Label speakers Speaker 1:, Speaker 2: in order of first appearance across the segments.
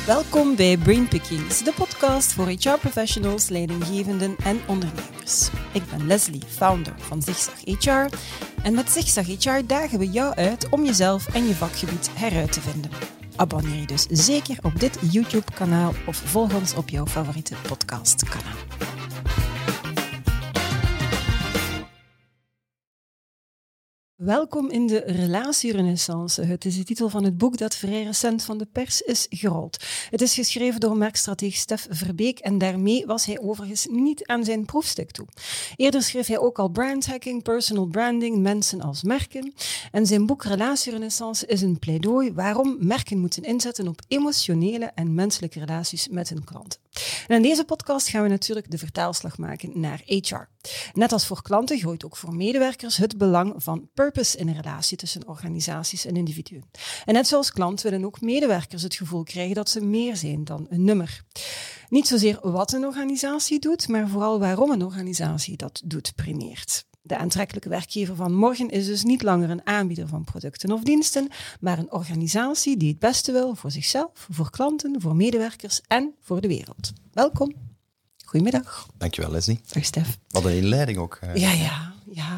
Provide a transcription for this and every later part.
Speaker 1: Welkom bij Brainpickings, de podcast voor HR-professionals, leidinggevenden en ondernemers. Ik ben Leslie, founder van Zigzag HR. En met Zigzag HR dagen we jou uit om jezelf en je vakgebied heruit te vinden. Abonneer je dus zeker op dit YouTube-kanaal of volg ons op jouw favoriete podcastkanaal. Welkom in de Relatierenaissance. Het is de titel van het boek dat vrij recent van de pers is gerold. Het is geschreven door merkstratege Stef Verbeek en daarmee was hij overigens niet aan zijn proefstuk toe. Eerder schreef hij ook al brandhacking, personal branding, mensen als merken. En zijn boek Relatierenaissance is een pleidooi waarom merken moeten inzetten op emotionele en menselijke relaties met hun klanten. En in deze podcast gaan we natuurlijk de vertaalslag maken naar HR. Net als voor klanten groeit ook voor medewerkers het belang van purpose in een relatie tussen organisaties en individuen. En net zoals klant willen ook medewerkers het gevoel krijgen dat ze meer zijn dan een nummer. Niet zozeer wat een organisatie doet, maar vooral waarom een organisatie dat doet primeert. De aantrekkelijke werkgever van morgen is dus niet langer een aanbieder van producten of diensten, maar een organisatie die het beste wil voor zichzelf, voor klanten, voor medewerkers en voor de wereld. Welkom. Goedemiddag.
Speaker 2: Dankjewel, Leslie.
Speaker 1: Dag, Stef.
Speaker 2: Wat een inleiding ook.
Speaker 1: Ja.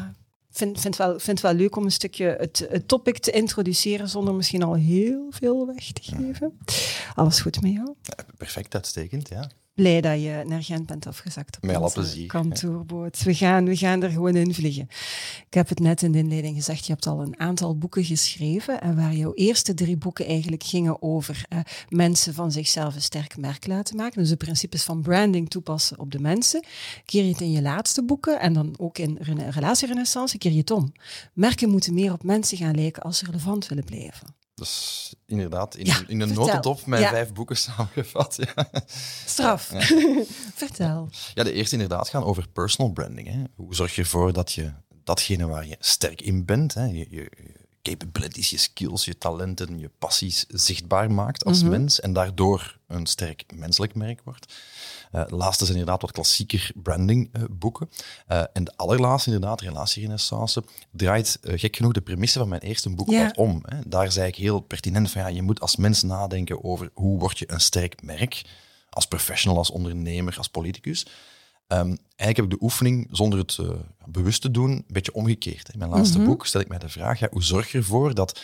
Speaker 1: Vind het wel leuk om een stukje het topic te introduceren zonder misschien al heel veel weg te geven. Alles goed met jou?
Speaker 2: Perfect, uitstekend, ja.
Speaker 1: Blij dat je naar Gent bent afgezakt op
Speaker 2: met alle
Speaker 1: onze
Speaker 2: plezier,
Speaker 1: kantoorboot. We gaan er gewoon in vliegen. Ik heb het net in de inleiding gezegd, je hebt al een aantal boeken geschreven en waar jouw eerste 3 boeken eigenlijk gingen over mensen van zichzelf een sterk merk laten maken. Dus de principes van branding toepassen op de mensen. Keer je het in je laatste boeken en dan ook in Relatierenaissance, keer je het om. Merken moeten meer op mensen gaan lijken als ze relevant willen blijven.
Speaker 2: Dus inderdaad, in een
Speaker 1: vertel.
Speaker 2: notendop mijn 5 boeken samengevat. Ja.
Speaker 1: Straf. Ja. Vertel.
Speaker 2: Ja, de eerste inderdaad gaan over personal branding. Hè. Hoe zorg je ervoor dat je datgene waar je sterk in bent, hè, je capabilities, je skills, je talenten, je passies zichtbaar maakt als mens en daardoor een sterk menselijk merk wordt. De laatste zijn inderdaad wat klassieker brandingboeken. En de allerlaatste, inderdaad, Relatierenaissance, draait gek genoeg de premisse van mijn eerste boek wat om. Hè. Daar zei ik heel pertinent van, je moet als mens nadenken over hoe word je een sterk merk, als professional, als ondernemer, als politicus. Eigenlijk heb ik de oefening, zonder het bewust te doen, een beetje omgekeerd. In mijn laatste boek stel ik mij de vraag, hoe zorg je ervoor dat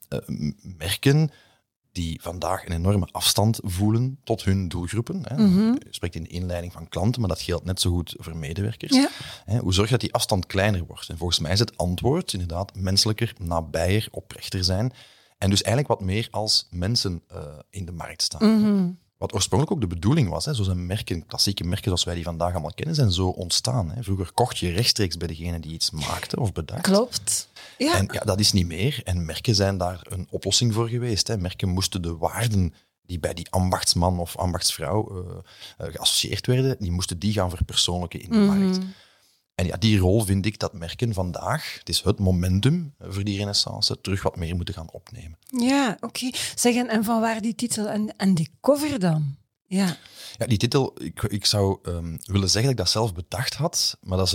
Speaker 2: merken die vandaag een enorme afstand voelen tot hun doelgroepen. Hè. Je spreekt in de inleiding van klanten, maar dat geldt net zo goed voor medewerkers. Ja. Hoe zorg je dat die afstand kleiner wordt? En volgens mij is het antwoord inderdaad menselijker, nabijer, oprechter zijn. En dus eigenlijk wat meer als mensen in de markt staan. Wat oorspronkelijk ook de bedoeling was. Hè. Zo zijn merken, klassieke merken zoals wij die vandaag allemaal kennen, zijn zo ontstaan. Hè. Vroeger kocht je rechtstreeks bij degene die iets maakte of bedacht.
Speaker 1: Klopt. Ja.
Speaker 2: En dat is niet meer. En merken zijn daar een oplossing voor geweest. Hè. Merken moesten de waarden die bij die ambachtsman of ambachtsvrouw geassocieerd werden, die moesten die gaan verpersoonlijken in de markt. En die rol vind ik dat merken vandaag, het is het momentum voor die renaissance, terug wat meer moeten gaan opnemen.
Speaker 1: Ja, oké. Zeg, en van waar die titel en die cover dan? Ja,
Speaker 2: die titel, ik zou willen zeggen dat ik dat zelf bedacht had, maar dat is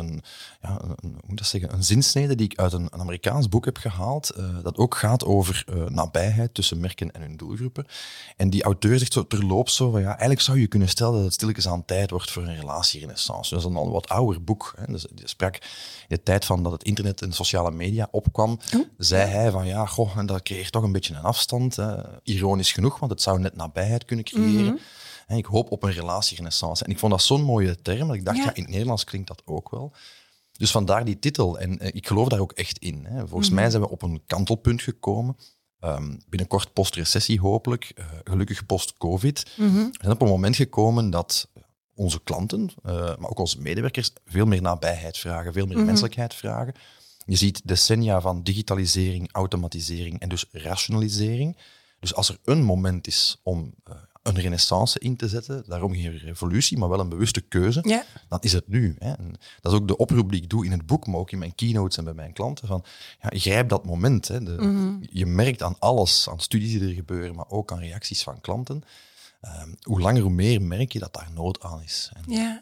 Speaker 2: een zinsnede die ik uit een Amerikaans boek heb gehaald, dat ook gaat over nabijheid tussen merken en hun doelgroepen. En die auteur zegt zo terloops zo van, eigenlijk zou je kunnen stellen dat het stilletjes aan tijd wordt voor een relatierenaissance. Dat is een al wat ouder boek. Hè. Dus die sprak in de tijd van dat het internet en sociale media opkwam, zei hij van, en dat creëert toch een beetje een afstand. Ironisch genoeg, want het zou net nabijheid kunnen creëren. En ik hoop op een relatierenaissance. En ik vond dat zo'n mooie term, dat ik dacht, in het Nederlands klinkt dat ook wel. Dus vandaar die titel. En ik geloof daar ook echt in. Hè. Volgens mij zijn we op een kantelpunt gekomen. Binnenkort post-recessie hopelijk. Gelukkig post-covid. We zijn op een moment gekomen dat onze klanten, maar ook onze medewerkers, veel meer nabijheid vragen, veel meer menselijkheid vragen. Je ziet decennia van digitalisering, automatisering en dus rationalisering. Dus als er een moment is om een renaissance in te zetten, daarom geen revolutie, maar wel een bewuste keuze, dan is het nu. Hè. En dat is ook de oproep die ik doe in het boek, maar ook in mijn keynotes en bij mijn klanten, van grijp dat moment. Hè. Je merkt aan alles, aan studies die er gebeuren, maar ook aan reacties van klanten. Hoe langer, hoe meer merk je dat daar nood aan is.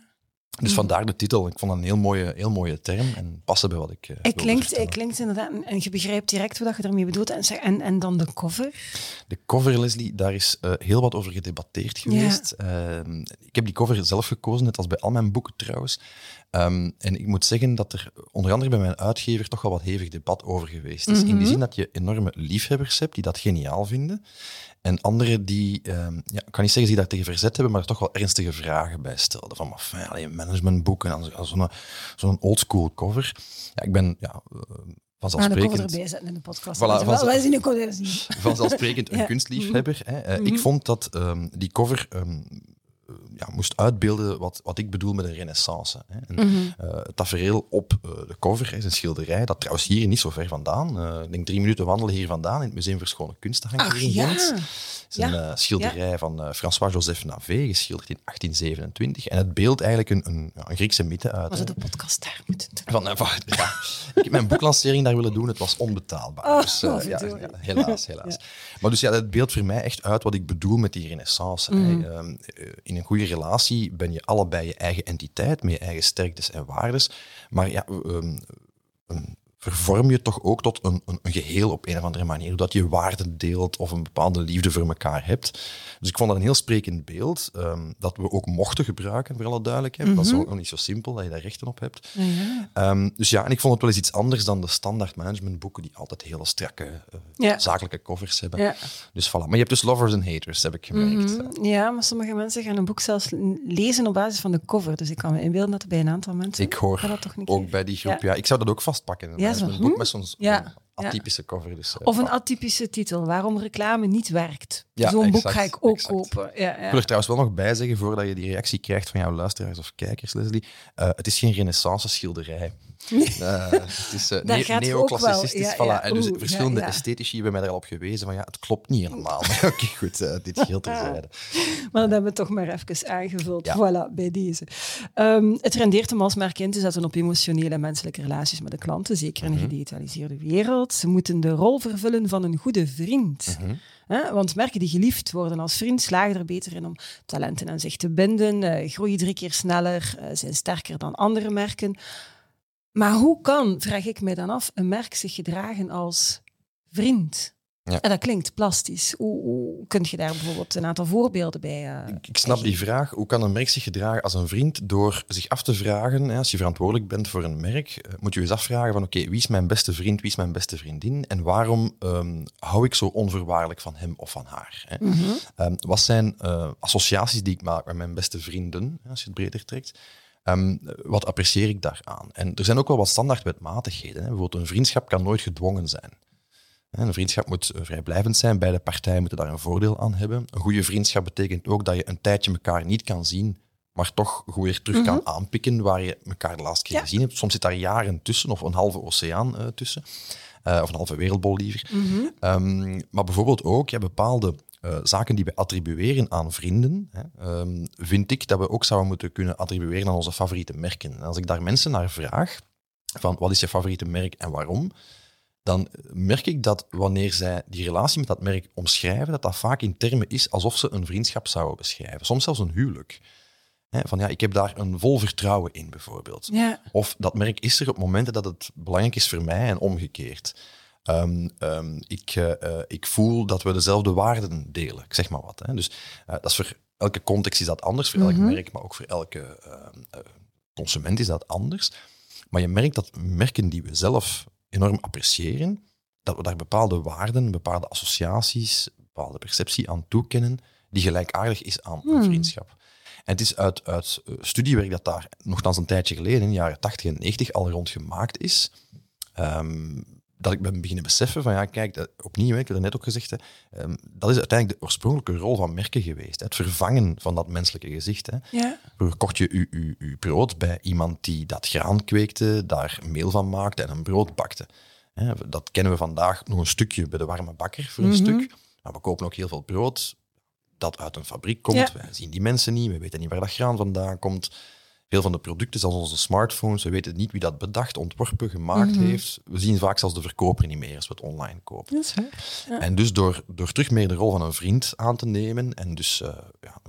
Speaker 2: Dus vandaar de titel. Ik vond het een heel mooie term en passen bij wat ik
Speaker 1: Het klinkt inderdaad, en je begrijpt direct wat je ermee bedoelt. En dan de cover?
Speaker 2: De cover, Leslie, daar is heel wat over gedebatteerd geweest. Ja. Ik heb die cover zelf gekozen, net als bij al mijn boeken trouwens. En ik moet zeggen dat er onder andere bij mijn uitgever toch wel wat hevig debat over geweest is. In die zin dat je enorme liefhebbers hebt die dat geniaal vinden. En anderen die, ik kan niet zeggen die daar tegen verzet hebben, maar er toch wel ernstige vragen bij stelden. Van, managementboeken, zo'n oldschool cover. Ja, ik ben vanzelfsprekend...
Speaker 1: de cover erbij zetten in de podcast.
Speaker 2: Vanzelfsprekend een kunstliefhebber. Ik vond dat die cover... moest uitbeelden wat ik bedoel met een renaissance. Het tafereel op de cover is een schilderij, dat trouwens hier niet zo ver vandaan. Ik denk 3 minuten wandelen hier vandaan in het Museum voor Schone Kunsten hangt hier in Gent. Het is een schilderij van François-Joseph Navet, geschilderd in 1827. En het beeldt eigenlijk een Griekse mythe uit.
Speaker 1: Was het de podcast daar moeten
Speaker 2: doen? Ik heb mijn boeklancering daar willen doen, het was onbetaalbaar. Helaas. Ja. Maar dus het beeldt voor mij echt uit wat ik bedoel met die renaissance. In een goede relatie ben je allebei je eigen entiteit, met je eigen sterktes en waardes. Maar vervorm je toch ook tot een geheel op een of andere manier, doordat je waarden deelt of een bepaalde liefde voor elkaar hebt. Dus ik vond dat een heel sprekend beeld, dat we ook mochten gebruiken, voor alle duidelijkheid. Dat is ook nog niet zo simpel, dat je daar rechten op hebt. En ik vond het wel eens iets anders dan de standaard managementboeken, die altijd hele strakke, zakelijke covers hebben. Ja. Dus voilà. Maar je hebt dus lovers en haters, heb ik gemerkt.
Speaker 1: Ja, maar sommige mensen gaan een boek zelfs lezen op basis van de cover. Dus ik kan me inbeelden dat er bij een aantal mensen...
Speaker 2: Ik hoor dat toch ook bij die groep. Ja, ik zou dat ook vastpakken. Een boek met zo'n atypische cover. Dus,
Speaker 1: of een atypische titel, waarom reclame niet werkt. Zo'n boek ga ik ook kopen. Ja.
Speaker 2: Ik wil er trouwens wel nog bij zeggen, voordat je die reactie krijgt van jouw luisteraars of kijkers, Leslie, het is geen renaissance schilderij. Het is neoclassicistisch. En dus verschillende esthetici hebben mij daar al op gewezen van het klopt niet helemaal. Oké, goed, dit geheel terzijde.
Speaker 1: Maar dat hebben we toch maar even aangevuld. Voilà, bij deze. Het rendeert om als merk in te zetten op emotionele en menselijke relaties met de klanten, zeker in een gedigitaliseerde wereld. Ze moeten de rol vervullen van een goede vriend. Want merken die geliefd worden als vriend slagen er beter in om talenten aan zich te binden, groeien 3 keer sneller, zijn sterker dan andere merken. Maar hoe kan, vraag ik mij dan af, een merk zich gedragen als vriend? Ja. En dat klinkt plastisch. Hoe kun je daar bijvoorbeeld een aantal voorbeelden bij
Speaker 2: Ik snap die vraag. Hoe kan een merk zich gedragen als een vriend? Door zich af te vragen, als je verantwoordelijk bent voor een merk, moet je eens afvragen van wie is mijn beste vriend, wie is mijn beste vriendin en waarom hou ik zo onvoorwaardelijk van hem of van haar? Wat zijn associaties die ik maak met mijn beste vrienden, als je het breder trekt? Wat apprecieer ik daaraan? En er zijn ook wel wat standaard wetmatigheden. Bijvoorbeeld een vriendschap kan nooit gedwongen zijn. Een vriendschap moet vrijblijvend zijn. Beide partijen moeten daar een voordeel aan hebben. Een goede vriendschap betekent ook dat je een tijdje elkaar niet kan zien, maar toch goed weer terug kan aanpikken waar je elkaar de laatste keer gezien hebt. Soms zit daar jaren tussen, of een halve oceaan tussen. Of een halve wereldbol liever. Maar bijvoorbeeld ook bepaalde zaken die we attribueren aan vrienden, vind ik dat we ook zouden moeten kunnen attribueren aan onze favoriete merken. En als ik daar mensen naar vraag, van wat is je favoriete merk en waarom, dan merk ik dat wanneer zij die relatie met dat merk omschrijven, dat vaak in termen is alsof ze een vriendschap zouden beschrijven. Soms zelfs een huwelijk. Ik heb daar een vol vertrouwen in, bijvoorbeeld. Ja. Of dat merk is er op momenten dat het belangrijk is voor mij en omgekeerd. Ik voel dat we dezelfde waarden delen, ik zeg maar wat. Dus dat is voor elke context is dat anders, voor elk merk, maar ook voor elke consument is dat anders. Maar je merkt dat merken die we zelf enorm appreciëren, dat we daar bepaalde waarden, bepaalde associaties, bepaalde perceptie aan toekennen, die gelijkaardig is aan een vriendschap. En het is uit studiewerk dat daar nogthans een tijdje geleden, in de jaren 80 en 90, al rond gemaakt is, dat ik ben beginnen beseffen van opnieuw, ik heb er net ook gezegd, dat is uiteindelijk de oorspronkelijke rol van merken geweest. Het vervangen van dat menselijke gezicht. Vroeger kocht je uw brood bij iemand die dat graan kweekte, daar meel van maakte en een brood bakte. Dat kennen we vandaag nog een stukje bij de warme bakker voor een stuk. Maar we kopen ook heel veel brood dat uit een fabriek komt. Ja. Wij zien die mensen niet, we weten niet waar dat graan vandaan komt. Veel van de producten, zoals onze smartphones, we weten niet wie dat bedacht, ontworpen, gemaakt heeft. We zien vaak zelfs de verkoper niet meer als we het online kopen.
Speaker 1: Dat is waar. Ja.
Speaker 2: En dus door terug meer de rol van een vriend aan te nemen en dus een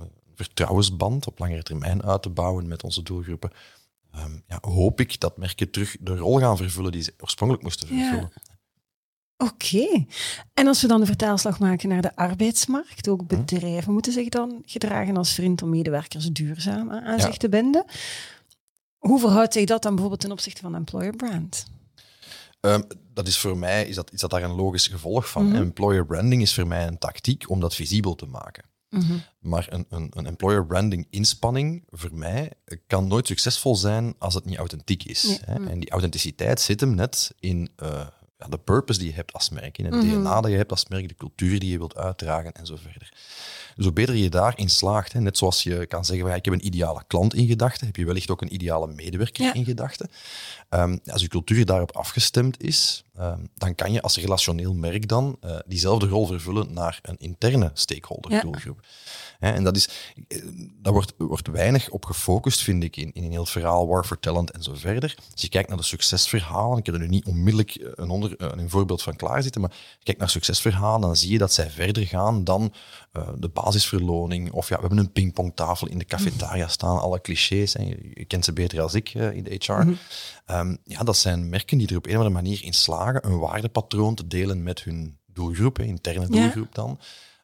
Speaker 2: vertrouwensband op langere termijn uit te bouwen met onze doelgroepen, hoop ik dat merken terug de rol gaan vervullen die ze oorspronkelijk moesten vervullen.
Speaker 1: Ja. Oké. En als we dan de vertaalslag maken naar de arbeidsmarkt, ook bedrijven moeten zich dan gedragen als vriend om medewerkers duurzaam aan zich te binden. Hoe verhoudt zich dat dan bijvoorbeeld ten opzichte van employer brand?
Speaker 2: Dat is voor mij is dat daar een logisch gevolg van. Employer branding is voor mij een tactiek om dat visibel te maken. Maar een employer branding inspanning voor mij kan nooit succesvol zijn als het niet authentiek is. Hè? En die authenticiteit zit hem net in de purpose die je hebt als merk, in het DNA dat je hebt als merk, de cultuur die je wilt uitdragen en zo verder. Dus hoe beter je daarin slaagt, net zoals je kan zeggen, ik heb een ideale klant in gedachten, heb je wellicht ook een ideale medewerker in gedachten. Als je cultuur daarop afgestemd is, dan kan je als relationeel merk dan diezelfde rol vervullen naar een interne stakeholder doelgroep. En daar wordt weinig op gefocust, vind ik, in een heel verhaal, War for Talent en zo verder. Als je kijkt naar de succesverhalen, ik heb er nu niet onmiddellijk een voorbeeld van klaarzitten, maar als je kijkt naar succesverhalen, dan zie je dat zij verder gaan dan de basisverloning. Of we hebben een pingpongtafel in de cafetaria staan, alle clichés. Hè. Je kent ze beter als ik in de HR. Dat zijn merken die er op een of andere manier in slagen een waardepatroon te delen met hun doelgroep, interne doelgroep dan.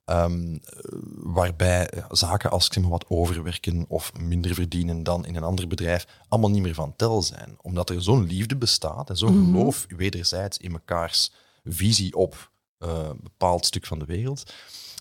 Speaker 2: Waarbij zaken als wat overwerken of minder verdienen dan in een ander bedrijf allemaal niet meer van tel zijn. Omdat er zo'n liefde bestaat en zo'n geloof wederzijds in mekaars visie op een bepaald stuk van de wereld,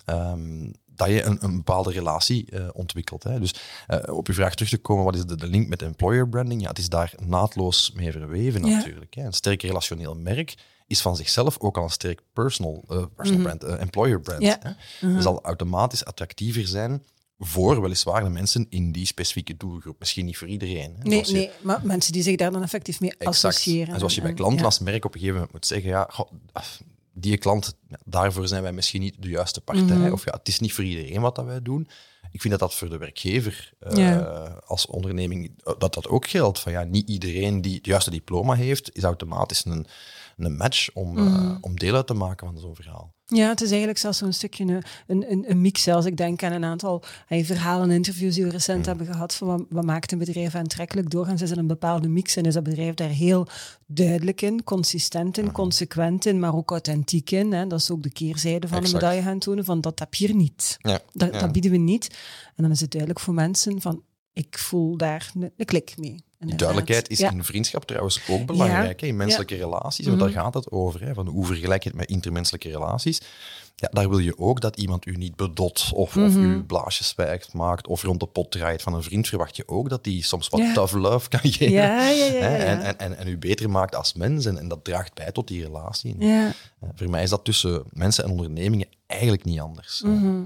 Speaker 2: dat je een bepaalde relatie ontwikkelt. Hè. Dus op je vraag terug te komen, wat is de link met employer branding? Ja, het is daar naadloos mee verweven natuurlijk. Hè. Een sterk relationeel merk is van zichzelf ook al een sterk personal brand, employer brand. Ja. Hè. Dat zal automatisch attractiever zijn voor weliswaar de mensen in die specifieke doelgroep. Misschien niet voor iedereen. Hè.
Speaker 1: Nee, maar mensen die zich daar dan effectief mee associëren.
Speaker 2: En zoals je bij klanten als merk op een gegeven moment moet zeggen, die klant, daarvoor zijn wij misschien niet de juiste partij. Of het is niet voor iedereen wat dat wij doen. Ik vind dat voor de werkgever als onderneming dat ook geldt. Van, niet iedereen die het juiste diploma heeft, is automatisch een match om deel uit te maken van zo'n verhaal.
Speaker 1: Ja, het is eigenlijk zelfs zo'n stukje een mix. Als ik denk aan een aantal verhalen en interviews die we recent hebben gehad van wat maakt een bedrijf aantrekkelijk. Doorgaans is er een bepaalde mix en is dat bedrijf daar heel duidelijk in, consistent in, consequent in, maar ook authentiek in. Hè. Dat is ook de keerzijde van de medaille gaan tonen, van dat heb je hier niet. Dat bieden we niet. En dan is het duidelijk voor mensen van, ik voel daar een klik mee.
Speaker 2: Die duidelijkheid is in vriendschap trouwens ook belangrijk, in menselijke relaties. Want daar gaat het over. Hè, van hoe vergelijk je het met intermenselijke relaties? Ja, daar wil je ook dat iemand u niet bedot of u blaasjes spijkt maakt of rond de pot draait. Van een vriend verwacht je ook dat die soms wat tough love kan geven. En u beter maakt als mens. En dat draagt bij tot die relatie. Voor mij is dat tussen mensen en ondernemingen eigenlijk niet anders.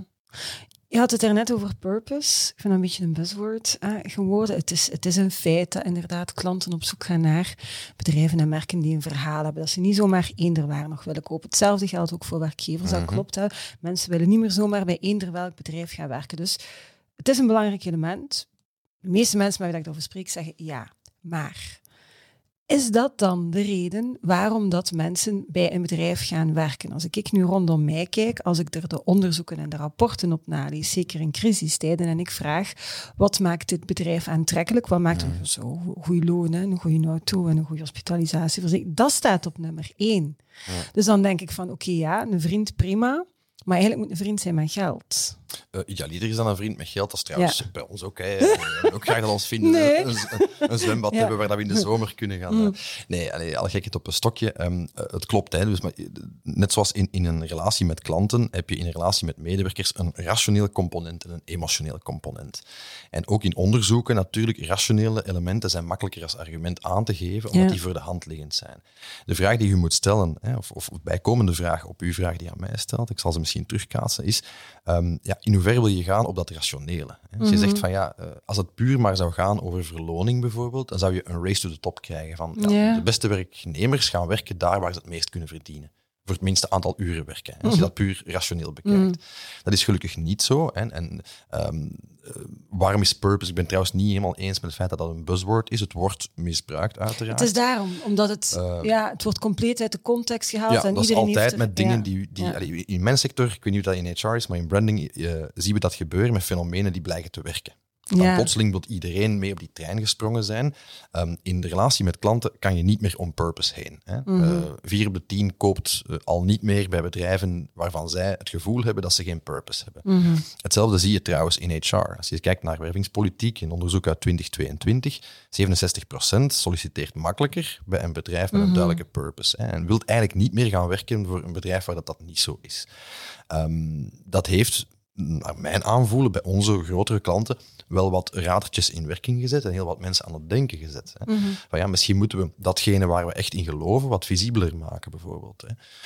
Speaker 1: Je had het er net over purpose. Ik vind dat een beetje een buzzword geworden. Het is een feit dat inderdaad klanten op zoek gaan naar bedrijven en merken die een verhaal hebben. Dat ze niet zomaar eender waar nog willen kopen. Hetzelfde geldt ook voor werkgevers, dat klopt. Hè. Mensen willen niet meer zomaar bij eender welk bedrijf gaan werken. Dus het is een belangrijk element. De meeste mensen met wie ik daarover spreek zeggen ja, maar... Is dat dan de reden waarom dat mensen bij een bedrijf gaan werken? Als ik nu rondom mij kijk, als ik er de onderzoeken en de rapporten op nalees, zeker in crisistijden, en ik vraag, wat maakt dit bedrijf aantrekkelijk? Wat maakt een goede loon, een goede auto en een goede hospitalisatieverzekering? Dat staat op nummer 1. Dus dan denk ik van, oké, een vriend prima, maar eigenlijk moet een vriend zijn met geld.
Speaker 2: Idealiter is dan een vriend met geld. Dat is trouwens bij ons ook. Ook graag dat ons vinden een zwembad hebben waar we in de zomer kunnen gaan. Nee, alle gekheid op een stokje. Het klopt. Hè, dus, maar, net zoals in een relatie met klanten heb je in een relatie met medewerkers een rationeel component en een emotioneel component. En ook in onderzoeken natuurlijk, rationele elementen zijn makkelijker als argument aan te geven, omdat die voor de hand liggend zijn. De vraag die u moet stellen, of bijkomende vraag op uw vraag die aan mij stelt, ik zal ze misschien terugkaatsen, is in hoeverre wil je gaan op dat rationele? Als je zegt van als het puur maar zou gaan over verloning bijvoorbeeld, dan zou je een race to the top krijgen van de beste werknemers gaan werken daar waar ze het meest kunnen verdienen. voor het minste aantal uren werken. Als je dat puur rationeel bekijkt. Dat is gelukkig niet zo. Waarom is purpose? Ik ben trouwens niet helemaal eens met het feit dat dat een buzzword is. Het wordt misbruikt, uiteraard.
Speaker 1: Het is daarom, omdat het wordt compleet uit de context gehaald.
Speaker 2: Ja,
Speaker 1: en
Speaker 2: dat is
Speaker 1: iedereen
Speaker 2: altijd
Speaker 1: heeft
Speaker 2: met dingen die in mijn sector, ik weet niet of dat in HR is, maar in branding zien we dat gebeuren met fenomenen die blijken te werken. Dan plotseling wil iedereen mee op die trein gesprongen zijn. In de relatie met klanten kan je niet meer on purpose heen. 4 op de 10 koopt al niet meer bij bedrijven waarvan zij het gevoel hebben dat ze geen purpose hebben. Hetzelfde zie je trouwens in HR. Als je kijkt naar wervingspolitiek, in onderzoek uit 2022, 67% solliciteert makkelijker bij een bedrijf met een duidelijke purpose. En wil eigenlijk niet meer gaan werken voor een bedrijf waar dat niet zo is. Dat heeft, naar mijn aanvoelen, bij onze grotere klanten wel wat radertjes in werking gezet en heel wat mensen aan het denken gezet. Van misschien moeten we datgene waar we echt in geloven wat visibeler maken, bijvoorbeeld.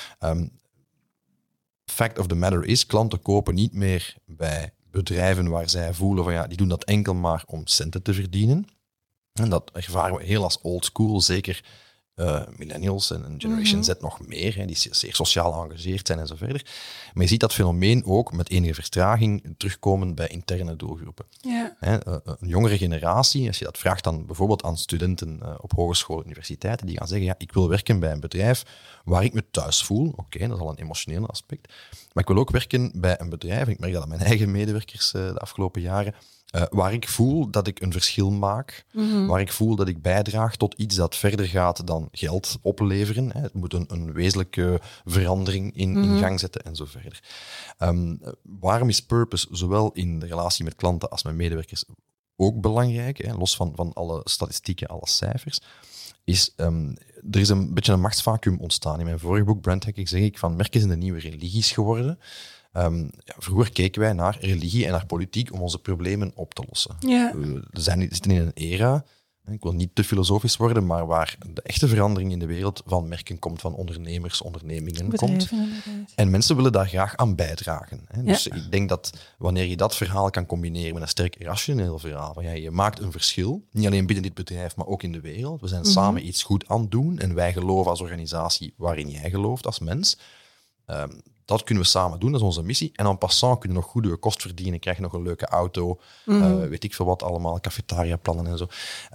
Speaker 2: Fact of the matter is, klanten kopen niet meer bij bedrijven waar zij voelen van die doen dat enkel maar om centen te verdienen. En dat ervaren we heel als old school, zeker millennials en Generation Z nog meer, die zeer sociaal geëngageerd zijn en zo verder. Maar je ziet dat fenomeen ook met enige vertraging terugkomen bij interne doelgroepen. Ja. Een jongere generatie, als je dat vraagt dan bijvoorbeeld aan studenten op hogescholen en universiteiten, die gaan zeggen, ik wil werken bij een bedrijf waar ik me thuis voel. Oké, dat is al een emotionele aspect. Maar ik wil ook werken bij een bedrijf, en ik merk dat aan mijn eigen medewerkers de afgelopen jaren, waar ik voel dat ik een verschil maak, waar ik voel dat ik bijdraag tot iets dat verder gaat dan geld opleveren. Het moet een wezenlijke verandering in gang zetten en zo verder. Waarom is purpose zowel in de relatie met klanten als met medewerkers ook belangrijk, los van alle statistieken, alle cijfers, is er is een beetje een machtsvacuum ontstaan. In mijn vorige boek, Brand Hacking, zeg ik van merken zijn de nieuwe religies geworden. Vroeger keken wij naar religie en naar politiek om onze problemen op te lossen. Ja. We zitten in een era, ik wil niet te filosofisch worden, maar waar de echte verandering in de wereld van merken komt, van ondernemers, ondernemingen komt. En mensen willen daar graag aan bijdragen. Dus ik denk dat wanneer je dat verhaal kan combineren met een sterk rationeel verhaal, van je maakt een verschil, niet alleen binnen dit bedrijf, maar ook in de wereld. We zijn samen iets goed aan het doen en wij geloven als organisatie waarin jij gelooft als mens. Dat kunnen we samen doen, dat is onze missie. En en passant kunnen we nog goede kost verdienen, krijg je nog een leuke auto, weet ik veel wat allemaal, cafetaria-plannen en zo.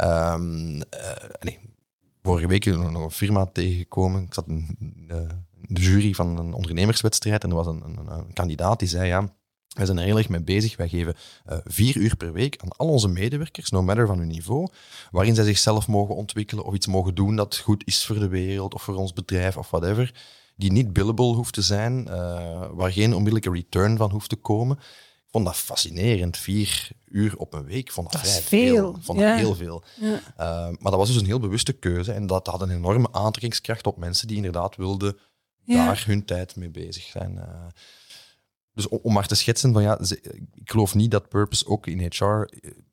Speaker 2: Vorige week nog een firma tegengekomen. Ik zat in de jury van een ondernemerswedstrijd en er was een kandidaat die zei, wij zijn er heel erg mee bezig. Wij geven 4 uur per week aan al onze medewerkers, no matter van hun niveau, waarin zij zichzelf mogen ontwikkelen of iets mogen doen dat goed is voor de wereld of voor ons bedrijf of whatever, die niet billable hoeft te zijn, waar geen onmiddellijke return van hoeft te komen. Ik vond dat fascinerend. 4 uur op een week, vond dat vrij veel. Vond dat heel veel. Ja. Maar dat was dus een heel bewuste keuze en dat had een enorme aantrekkingskracht op mensen die inderdaad wilden daar hun tijd mee bezig zijn. Dus om maar te schetsen van ik geloof niet dat purpose ook in HR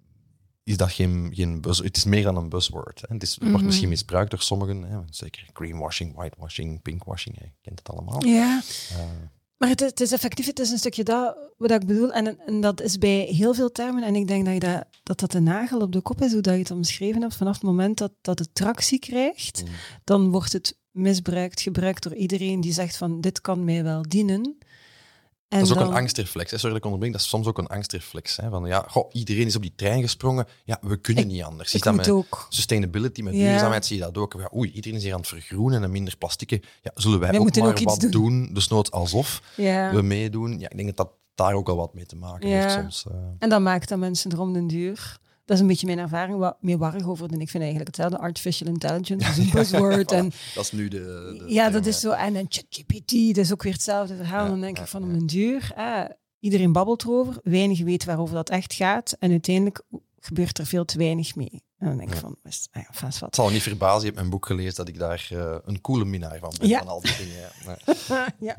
Speaker 2: is dat geen buzzword. Het is meer dan een buzzword. Het wordt misschien misbruikt door sommigen. Zeker greenwashing, whitewashing, pinkwashing. Je kent het allemaal. Ja.
Speaker 1: Maar het is effectief, het is een stukje dat wat ik bedoel. En dat is bij heel veel termen. En ik denk dat de nagel op de kop is, hoe dat je het omschreven hebt. Vanaf het moment dat het tractie krijgt, dan wordt het gebruikt door iedereen die zegt van dit kan mij wel dienen. En
Speaker 2: dat is ook een angstreflex. Sorry dat ik onderbreng, dat is soms ook een angstreflex. Van iedereen is op die trein gesprongen. Ja, we kunnen niet anders. Zie je dat met sustainability, met duurzaamheid, zie je dat ook. Iedereen is hier aan het vergroenen en minder plastieken. Ja, zullen wij ook maar wat doen? Dus nooit alsof we meedoen. Ja, ik denk dat daar ook al wat mee te maken heeft soms.
Speaker 1: En dat maakt dat mensen erom den duur. Dat is een beetje mijn ervaring, wat meer warrig over. En ik vind eigenlijk hetzelfde. Artificial intelligence is een buzzword. En
Speaker 2: dat is nu de
Speaker 1: ja, dat is zo. En ChatGPT, dat is ook weer hetzelfde verhaal. Dan denk ik van om een duur. Iedereen babbelt erover. Weinig weet waarover dat echt gaat. En uiteindelijk gebeurt er veel te weinig mee. En dan denk ik van, wat.
Speaker 2: Het zal niet verbazen, je hebt mijn boek gelezen, dat ik daar een coole minnaar van ben, van al die dingen.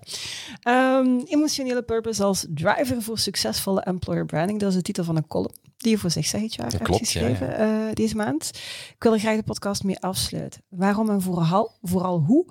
Speaker 1: Emotionele purpose als driver voor succesvolle employer branding. Dat is de titel van een column die je voor zich zegt hebt geschreven deze maand. Ik wil er graag de podcast mee afsluiten. Waarom en vooral hoe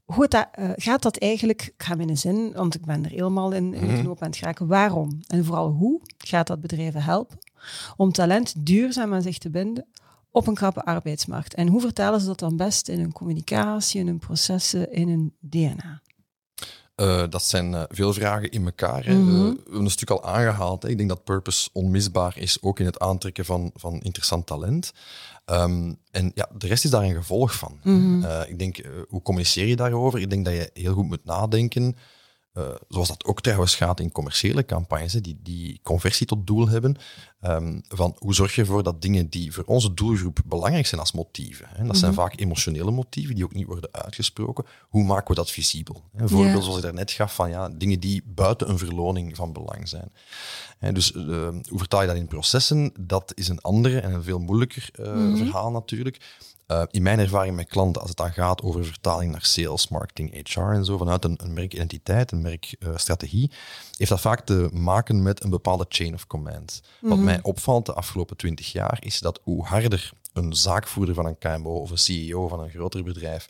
Speaker 1: gaat dat eigenlijk? Ik ga mijn zin, want ik ben er helemaal in de knoop aan het geraken. Waarom en vooral hoe gaat dat bedrijven helpen om talent duurzaam aan zich te binden op een krappe arbeidsmarkt? En hoe vertalen ze dat dan best in hun communicatie, in hun processen, in hun DNA?
Speaker 2: Dat zijn veel vragen in elkaar. Hè. We hebben een stuk al aangehaald. Hè. Ik denk dat purpose onmisbaar is, ook in het aantrekken van interessant talent. En ja, de rest is daar een gevolg van. Ik denk, hoe communiceer je daarover? Ik denk dat je heel goed moet nadenken, zoals dat ook trouwens gaat in commerciële campagnes, die conversie tot doel hebben, van hoe zorg je ervoor dat dingen die voor onze doelgroep belangrijk zijn als motieven, hè, dat zijn vaak emotionele motieven die ook niet worden uitgesproken, hoe maken we dat visibel? Een voorbeeld zoals ik daarnet gaf van dingen die buiten een verloning van belang zijn. Dus hoe vertaal je dat in processen? Dat is een andere en een veel moeilijker verhaal natuurlijk. In mijn ervaring met klanten, als het dan gaat over vertaling naar sales, marketing, HR en zo, vanuit een merkidentiteit, een merkstrategie, heeft dat vaak te maken met een bepaalde chain of command. Wat mij opvalt de afgelopen 20 jaar, is dat hoe harder een zaakvoerder van een KMO of een CEO van een groter bedrijf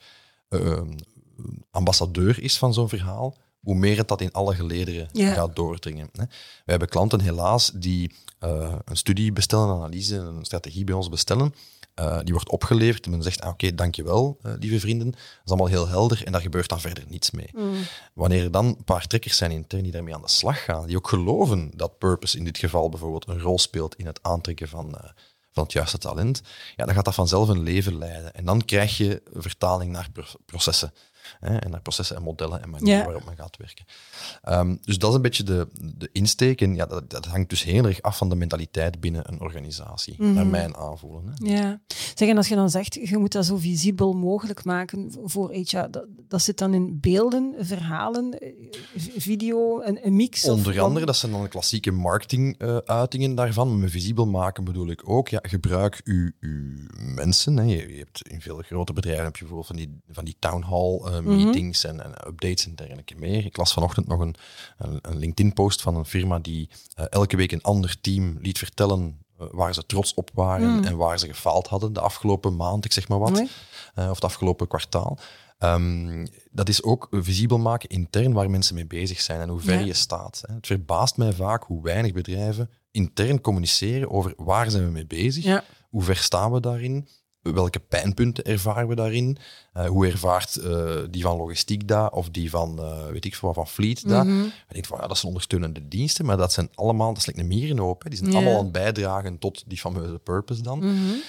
Speaker 2: ambassadeur is van zo'n verhaal, hoe meer het dat in alle gelederen gaat doordringen. Wij hebben klanten helaas die een studie bestellen, een analyse, een strategie bij ons bestellen. Die wordt opgeleverd en men zegt, oké, dankjewel, lieve vrienden. Dat is allemaal heel helder en daar gebeurt dan verder niets mee. Wanneer er dan een paar trekkers zijn intern die daarmee aan de slag gaan, die ook geloven dat purpose in dit geval bijvoorbeeld een rol speelt in het aantrekken van het juiste talent, dan gaat dat vanzelf een leven leiden. En dan krijg je vertaling naar processen. En naar processen en modellen en manieren waarop men gaat werken. Dus dat is een beetje de insteek. En dat hangt dus heel erg af van de mentaliteit binnen een organisatie, naar mijn aanvoelen. Hè.
Speaker 1: Ja. Zeg, en als je dan zegt, je moet dat zo visibel mogelijk maken voor HR, dat zit dan in beelden, verhalen, video, een mix?
Speaker 2: Onder andere, dat zijn dan de klassieke marketinguitingen daarvan. Met visibel maken bedoel ik ook, gebruik uw mensen. Hè. Je hebt in veel grote bedrijven heb je bijvoorbeeld van die town hall meetings en updates en dergelijke meer. Ik las vanochtend nog een LinkedIn-post van een firma die elke week een ander team liet vertellen waar ze trots op waren en waar ze gefaald hadden de afgelopen maand, ik zeg maar wat, of het afgelopen kwartaal. Dat is ook visibel maken intern waar mensen mee bezig zijn en hoe ver je staat. Het verbaast mij vaak hoe weinig bedrijven intern communiceren over waar zijn we mee bezig, hoe ver staan we daarin, welke pijnpunten ervaren we daarin, hoe ervaart die van logistiek dat of die van, weet ik veel, van fleet dat. Je denkt van, dat zijn ondersteunende diensten, maar dat zijn allemaal, dat is like een mierenhoop, die zijn allemaal aan het bijdragen tot die fameuze purpose dan.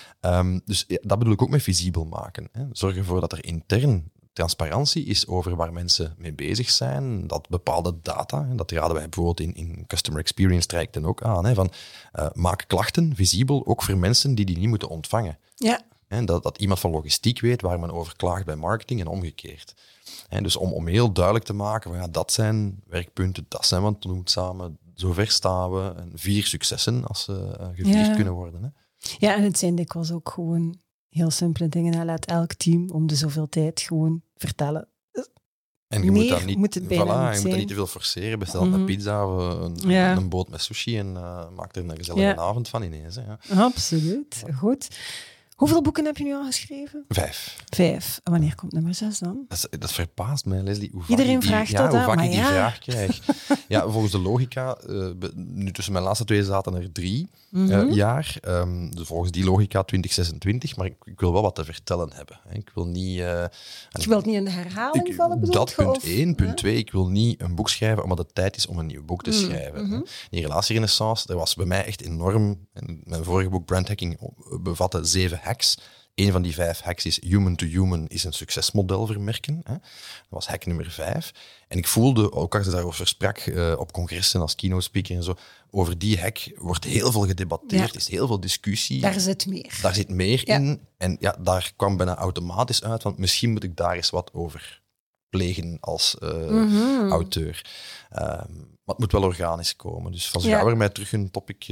Speaker 2: Dus dat bedoel ik ook met visibel maken. Hè. Zorg ervoor dat er intern transparantie is over waar mensen mee bezig zijn, dat bepaalde data, en dat raden wij bijvoorbeeld in Customer Experience trajecten ook aan, hè, van maak klachten visibel, ook voor mensen die niet moeten ontvangen.
Speaker 1: Ja.
Speaker 2: En dat iemand van logistiek weet waar men over klaagt bij marketing en omgekeerd. En dus om heel duidelijk te maken, van, dat zijn werkpunten, dat zijn wat we doen samen, zover staan we, en 4 successen als ze gevierd kunnen worden. Hè.
Speaker 1: Ja, en het zijn dikwijls ook gewoon heel simpele dingen. Hij laat elk team om de zoveel tijd gewoon vertellen.
Speaker 2: En je moet dat niet,
Speaker 1: moet het bijna
Speaker 2: je moet dat niet te veel forceren. Bestel een pizza of een boot met sushi en maak er een gezellige avond van ineens. Hè.
Speaker 1: Absoluut, goed. Hoeveel boeken heb je nu al geschreven?
Speaker 2: 5.
Speaker 1: 5. En wanneer komt nummer 6 dan?
Speaker 2: Dat verbaast mij, Leslie.
Speaker 1: Iedereen vraagt dat,
Speaker 2: hoe vaak ik die vraag krijg. Volgens de logica, nu tussen mijn laatste 2 zaten er 3 jaar. Dus volgens die logica 2026, maar ik wil wel wat te vertellen hebben. Ik wil niet...
Speaker 1: je wilt niet in de herhaling vallen, bedoel
Speaker 2: dat punt 1. Punt 2, ik wil niet een boek schrijven omdat het tijd is om een nieuw boek te schrijven. Die relatierenaissance, dat was bij mij echt enorm. Mijn vorige boek, Brand Hacking, bevatte 7 hacks. Een van die 5 hacks is human to human is een succesmodel vermerken. Hè. Dat was hack nummer 5. En ik voelde, ook als ik daarover sprak op congressen als keynote speaker en zo, over die hack wordt heel veel gedebatteerd, is heel veel discussie.
Speaker 1: Daar zit meer.
Speaker 2: Daar zit meer in. En daar kwam bijna automatisch uit, want misschien moet ik daar eens wat over plegen als auteur. Maar het moet wel organisch komen. Dus van zodra er mij terug een topic...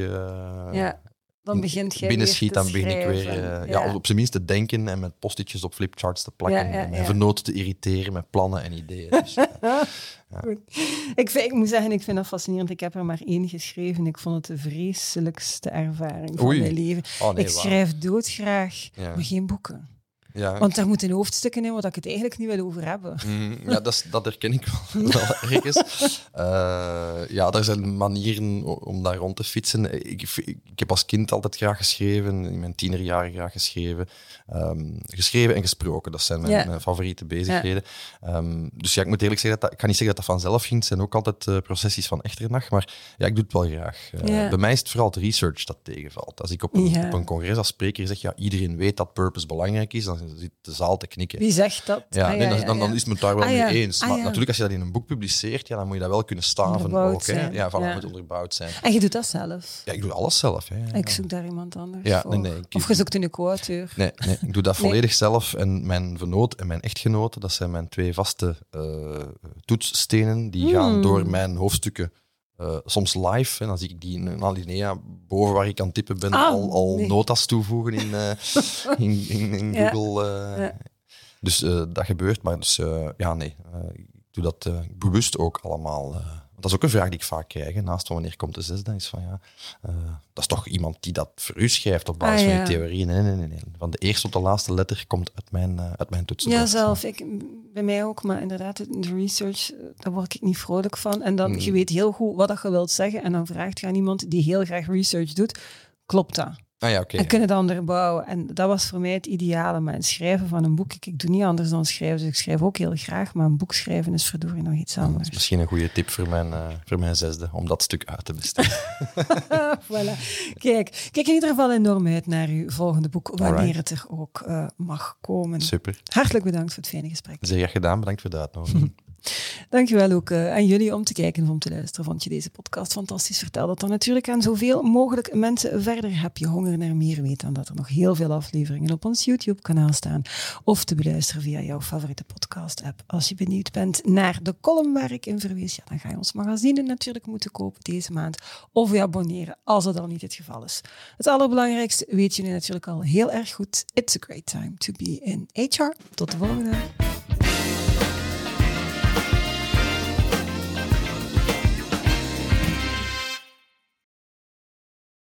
Speaker 1: Dan begint jij
Speaker 2: binnenschiet,
Speaker 1: weer
Speaker 2: dan begin ik weer op zijn minst te denken en met postitjes op flipcharts te plakken en mijn vernoten te irriteren met plannen en ideeën. Dus,
Speaker 1: Goed. Ik moet zeggen, ik vind dat fascinerend. Ik heb er maar 1 geschreven. Ik vond het de vreselijkste ervaring van mijn leven. Ik schrijf doodgraag, maar geen boeken.
Speaker 2: Ja.
Speaker 1: Want daar moeten hoofdstukken in waar ik het eigenlijk niet wil over hebben.
Speaker 2: Ja, dat herken ik wel ergens. Ja, er zijn manieren om daar rond te fietsen. Ik heb als kind altijd graag geschreven, in mijn tienerjaren graag geschreven. Geschreven en gesproken, dat zijn mijn favoriete bezigheden. Ja. Dus ja, ik moet eerlijk zeggen, ik kan niet zeggen dat dat vanzelf ging. Het zijn ook altijd processies van Echternach, maar ja, ik doe het wel graag. Bij mij is het vooral het research dat tegenvalt. Als ik op een congres als spreker zeg, ja, iedereen weet dat purpose belangrijk is, dan zit de zaal te knikken.
Speaker 1: Wie zegt dat?
Speaker 2: Ja, dan is men het daar wel mee eens. Maar natuurlijk, als je dat in een boek publiceert, ja, dan moet je dat wel kunnen staven ook. Hè. Ja, van moet onderbouwd zijn.
Speaker 1: En je doet dat zelf?
Speaker 2: Ja, ik doe alles zelf. Hè.
Speaker 1: Ik zoek daar iemand anders
Speaker 2: voor. Nee,
Speaker 1: of je zoekt een co-auteur?
Speaker 2: Nee, ik doe dat volledig zelf. En mijn vernoot en mijn echtgenote, dat zijn mijn twee vaste toetsstenen. Die gaan door mijn hoofdstukken soms live. En dan zie ik die in een alinea boven waar ik aan het typen ben al notas toevoegen in Google. Dus dat gebeurt. Maar dus, ik doe dat bewust ook allemaal. Dat is ook een vraag die ik vaak krijg. Naast wanneer komt de zesde, is van dat is toch iemand die dat voor u schrijft op basis van je theorie. Nee. Van de eerste tot de laatste letter komt uit mijn toetsenbord.
Speaker 1: Ja, zelf. Bij mij ook, maar inderdaad, de research, daar word ik niet vrolijk van. En dan, je weet heel goed wat je wilt zeggen en dan vraagt je aan iemand die heel graag research doet, klopt dat? En kunnen dat onderbouwen. En dat was voor mij het ideale. Maar het schrijven van een boek, ik doe niet anders dan schrijven. Dus ik schrijf ook heel graag, maar een boek schrijven is verdorie nog iets anders.
Speaker 2: Dat is misschien een goede tip voor mijn zesde, om dat stuk uit te besteden.
Speaker 1: Voilà. Kijk in ieder geval enorm uit naar uw volgende boek, wanneer het er ook mag komen.
Speaker 2: Super.
Speaker 1: Hartelijk bedankt voor het fijne gesprek.
Speaker 2: Zeer graag gedaan, bedankt voor de uitnodiging.
Speaker 1: Dankjewel ook aan jullie om te kijken en om te luisteren. Vond je deze podcast fantastisch? Vertel dat dan natuurlijk aan zoveel mogelijk mensen. Verder heb je honger naar meer weten, dan dat er nog heel veel afleveringen op ons YouTube-kanaal staan of te beluisteren via jouw favoriete podcast-app. Als je benieuwd bent naar de column waar ik in verwees, dan ga je ons magazine natuurlijk moeten kopen deze maand of je abonneren als dat al niet het geval is. Het allerbelangrijkste weet je nu natuurlijk al heel erg goed. It's a great time to be in HR. Tot de volgende.